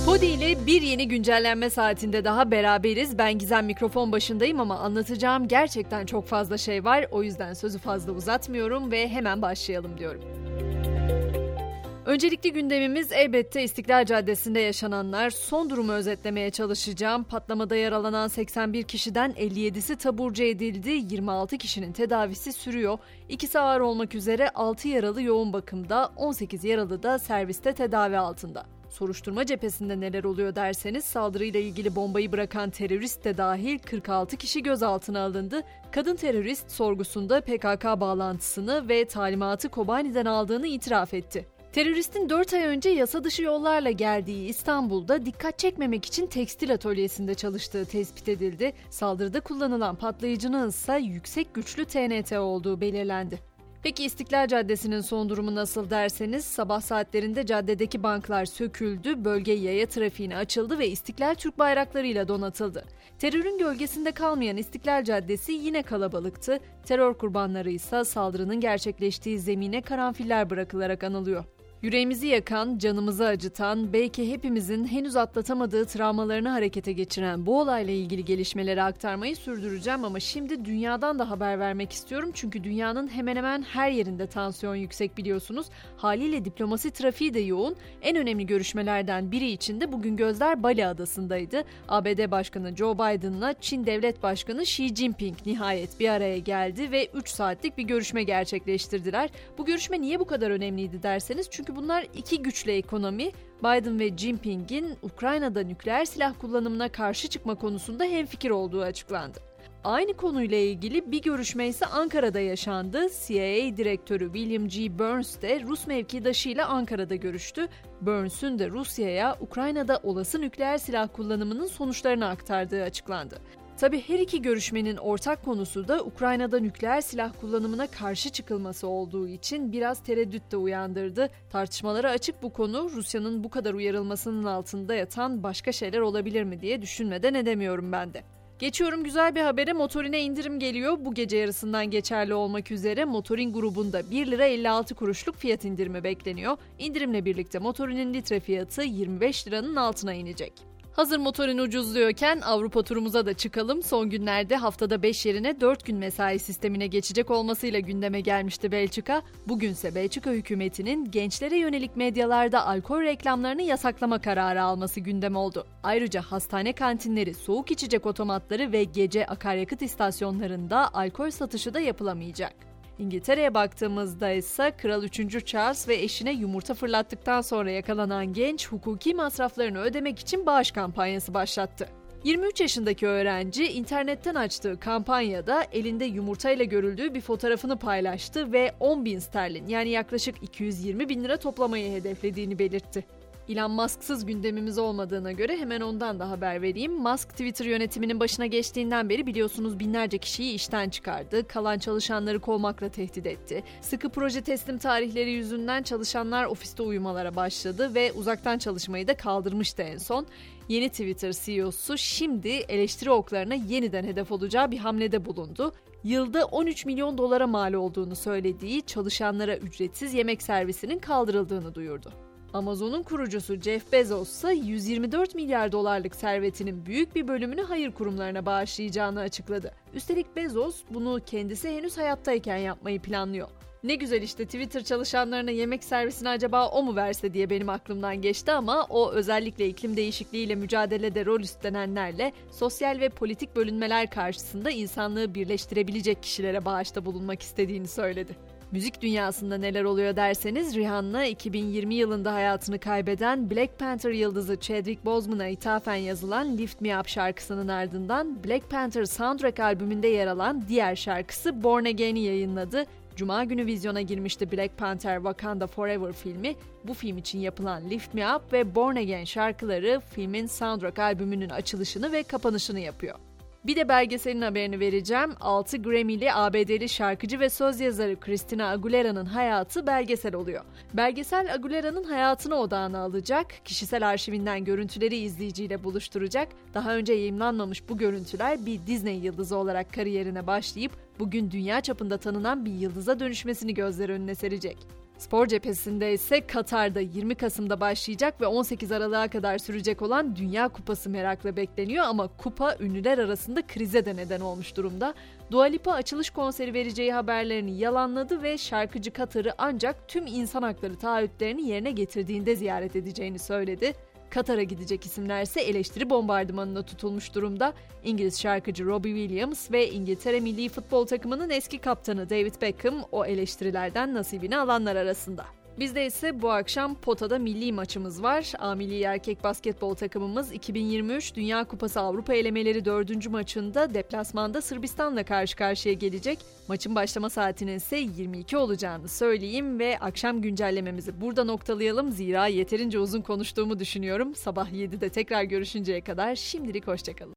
Podi ile bir yeni güncellenme saatinde daha beraberiz. Ben Gizem, mikrofon başındayım ama anlatacağım gerçekten çok fazla şey var. O yüzden sözü fazla uzatmıyorum ve hemen başlayalım diyorum. Öncelikli gündemimiz elbette İstiklal Caddesi'nde yaşananlar. Son durumu özetlemeye çalışacağım. Patlamada yaralanan 81 kişiden 57'si taburcu edildi. 26 kişinin tedavisi sürüyor. İkisi ağır olmak üzere 6 yaralı yoğun bakımda, 18 yaralı da serviste tedavi altında. Soruşturma cephesinde neler oluyor derseniz, saldırıyla ilgili bombayı bırakan terörist de dahil 46 kişi gözaltına alındı. Kadın terörist sorgusunda PKK bağlantısını ve talimatı Kobani'den aldığını itiraf etti. Teröristin 4 ay önce yasa dışı yollarla geldiği İstanbul'da dikkat çekmemek için tekstil atölyesinde çalıştığı tespit edildi. Saldırıda kullanılan patlayıcının ise yüksek güçlü TNT olduğu belirlendi. Peki İstiklal Caddesi'nin son durumu nasıl derseniz, sabah saatlerinde caddedeki banklar söküldü, bölge yaya trafiğine açıldı ve İstiklal Türk bayraklarıyla donatıldı. Terörün gölgesinde kalmayan İstiklal Caddesi yine kalabalıktı. Terör kurbanları ise saldırının gerçekleştiği zemine karanfiller bırakılarak anılıyor. Yüreğimizi yakan, canımızı acıtan, belki hepimizin henüz atlatamadığı travmalarını harekete geçiren bu olayla ilgili gelişmeleri aktarmayı sürdüreceğim ama şimdi dünyadan da haber vermek istiyorum. Çünkü dünyanın hemen hemen her yerinde tansiyon yüksek biliyorsunuz. Haliyle diplomasi trafiği de yoğun. En önemli görüşmelerden biri için de bugün gözler Bali Adası'ndaydı. ABD Başkanı Joe Biden'la Çin Devlet Başkanı Xi Jinping nihayet bir araya geldi ve 3 saatlik bir görüşme gerçekleştirdiler. Bu görüşme niye bu kadar önemliydi derseniz, çünkü bunlar iki güçlü ekonomi. Biden ve Jinping'in Ukrayna'da nükleer silah kullanımına karşı çıkma konusunda hemfikir olduğu açıklandı. Aynı konuyla ilgili bir görüşme ise Ankara'da yaşandı. CIA Direktörü William G. Burns de Rus mevkidaşıyla Ankara'da görüştü. Burns'ün de Rusya'ya Ukrayna'da olası nükleer silah kullanımının sonuçlarını aktardığı açıklandı. Tabii her iki görüşmenin ortak konusu da Ukrayna'da nükleer silah kullanımına karşı çıkılması olduğu için biraz tereddüt de uyandırdı. Tartışmalara açık bu konu. Rusya'nın bu kadar uyarılmasının altında yatan başka şeyler olabilir mi diye düşünmeden edemiyorum ben de. Geçiyorum güzel bir habere. Motorin'e indirim geliyor. Bu gece yarısından geçerli olmak üzere Motorin grubunda 1 lira 56 kuruşluk fiyat indirimi bekleniyor. İndirimle birlikte Motorin'in litre fiyatı 25 liranın altına inecek. Hazır Motorin ucuzluyorken Avrupa turumuza da çıkalım. Son günlerde haftada 5 yerine 4 gün mesai sistemine geçecek olmasıyla gündeme gelmişti Belçika. Bugünse Belçika hükümetinin gençlere yönelik medyalarda alkol reklamlarını yasaklama kararı alması gündem oldu. Ayrıca hastane kantinleri, soğuk içecek otomatları ve gece akaryakıt istasyonlarında alkol satışı da yapılamayacak. İngiltere'ye baktığımızda ise Kral 3. Charles ve eşine yumurta fırlattıktan sonra yakalanan genç hukuki masraflarını ödemek için bağış kampanyası başlattı. 23 yaşındaki öğrenci internetten açtığı kampanyada elinde yumurtayla görüldüğü bir fotoğrafını paylaştı ve 10.000 sterlin yani yaklaşık 220.000 lira toplamayı hedeflediğini belirtti. Elon Musk'sız gündemimiz olmadığına göre hemen ondan da haber vereyim. Musk Twitter yönetiminin başına geçtiğinden beri biliyorsunuz binlerce kişiyi işten çıkardı, kalan çalışanları kovmakla tehdit etti. Sıkı proje teslim tarihleri yüzünden çalışanlar ofiste uyumalara başladı ve uzaktan çalışmayı da kaldırmıştı en son. Yeni Twitter CEO'su şimdi eleştiri oklarına yeniden hedef olacağı bir hamlede bulundu. Yılda 13 milyon dolara mal olduğunu söylediği çalışanlara ücretsiz yemek servisinin kaldırıldığını duyurdu. Amazon'un kurucusu Jeff Bezos ise 124 milyar dolarlık servetinin büyük bir bölümünü hayır kurumlarına bağışlayacağını açıkladı. Üstelik Bezos bunu kendisi henüz hayattayken yapmayı planlıyor. Ne güzel işte, Twitter çalışanlarına yemek servisini acaba o mu verse diye benim aklımdan geçti ama o özellikle iklim değişikliğiyle mücadelede rol üstlenenlerle sosyal ve politik bölünmeler karşısında insanlığı birleştirebilecek kişilere bağışta bulunmak istediğini söyledi. Müzik dünyasında neler oluyor derseniz, Rihanna 2020 yılında hayatını kaybeden Black Panther yıldızı Chadwick Boseman'a ithafen yazılan Lift Me Up şarkısının ardından Black Panther soundtrack albümünde yer alan diğer şarkısı Born Again'i yayınladı. Cuma günü vizyona girmişti Black Panther Wakanda Forever filmi. Bu film için yapılan Lift Me Up ve Born Again şarkıları filmin soundtrack albümünün açılışını ve kapanışını yapıyor. Bir de belgeselin haberini vereceğim. 6 Grammy'li ABD'li şarkıcı ve söz yazarı Christina Aguilera'nın hayatı belgesel oluyor. Belgesel Aguilera'nın hayatını odağına alacak, kişisel arşivinden görüntüleri izleyiciyle buluşturacak. Daha önce yayımlanmamış bu görüntüler bir Disney yıldızı olarak kariyerine başlayıp bugün dünya çapında tanınan bir yıldıza dönüşmesini gözler önüne serecek. Spor cephesinde ise Katar'da 20 Kasım'da başlayacak ve 18 Aralık'a kadar sürecek olan Dünya Kupası merakla bekleniyor ama kupa ünlüler arasında krize de neden olmuş durumda. Dua Lipa açılış konseri vereceği haberlerini yalanladı ve şarkıcı Katar'ı ancak tüm insan hakları taahhütlerini yerine getirdiğinde ziyaret edeceğini söyledi. Katar'a gidecek isimlerse eleştiri bombardımanına tutulmuş durumda. İngiliz şarkıcı Robbie Williams ve İngiltere milli futbol takımının eski kaptanı David Beckham o eleştirilerden nasibini alanlar arasında. Bizde ise bu akşam potada milli maçımız var. A milli erkek basketbol takımımız 2023 Dünya Kupası Avrupa elemeleri 4. maçında deplasmanda Sırbistan'la karşı karşıya gelecek. Maçın başlama saatinin ise 22 olacağını söyleyeyim ve akşam güncellememizi burada noktalayalım. Zira yeterince uzun konuştuğumu düşünüyorum. Sabah 7'de tekrar görüşünceye kadar şimdilik hoşçakalın.